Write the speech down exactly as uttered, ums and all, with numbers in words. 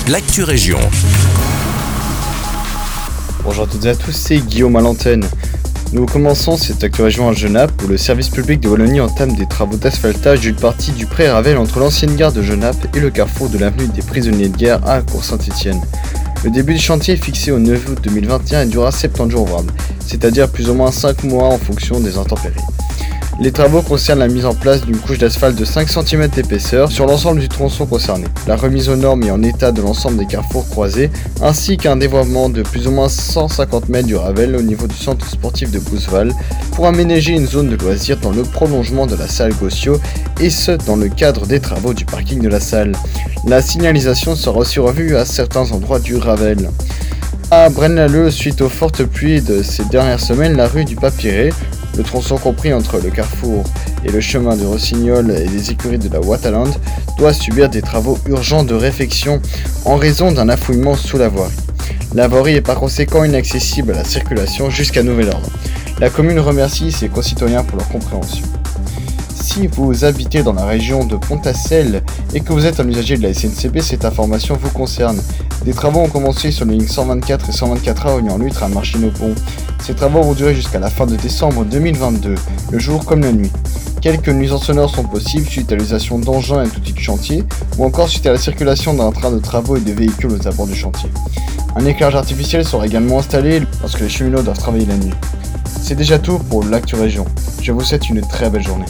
l'actu région. Bonjour à toutes et à tous, c'est Guillaume à l'antenne. Nous commençons cette actu région à Genappe où le service public de Wallonie entame des travaux d'asphaltage d'une partie du pré Ravel entre l'ancienne gare de Genappe et le carrefour de l'avenue des prisonniers de guerre à Cour-Saint-Étienne. Le début du chantier est fixé au neuf août deux mille vingt et un et durera soixante-dix jours ouvrables, c'est-à-dire plus ou moins cinq mois en fonction des intempéries. Les travaux concernent la mise en place d'une couche d'asphalte de cinq centimètres d'épaisseur sur l'ensemble du tronçon concerné, la remise aux normes et en état de l'ensemble des carrefours croisés, ainsi qu'un dévoiement de plus ou moins cent cinquante mètres du Ravel au niveau du centre sportif de Bousseval pour aménager une zone de loisirs dans le prolongement de la salle Gossio, et ce dans le cadre des travaux du parking de la salle. La signalisation sera aussi revue à certains endroits du Ravel. À Braine-l'Alleud, suite aux fortes pluies de ces dernières semaines, la rue du Papyré, le tronçon compris entre le carrefour et le chemin de Rossignol et les écuries de la Waterland, doit subir des travaux urgents de réfection en raison d'un affouillement sous la voirie. La voirie est par conséquent inaccessible à la circulation jusqu'à nouvel ordre. La commune remercie ses concitoyens pour leur compréhension. Si vous habitez dans la région de Pontacelle et que vous êtes un usager de la S N C B, cette information vous concerne. Des travaux ont commencé sur les lignes cent vingt-quatre et cent vingt-quatre A reliant Lutre à Marchino-Pont. Ces travaux vont durer jusqu'à la fin de décembre deux mille vingt-deux, le jour comme la nuit. Quelques nuisances sonores sont possibles suite à l'utilisation d'engins et d'outils de chantier, ou encore suite à la circulation d'un train de travaux et de véhicules aux abords du chantier. Un éclairage artificiel sera également installé lorsque les cheminots doivent travailler la nuit. C'est déjà tout pour l'actu région. Je vous souhaite une très belle journée.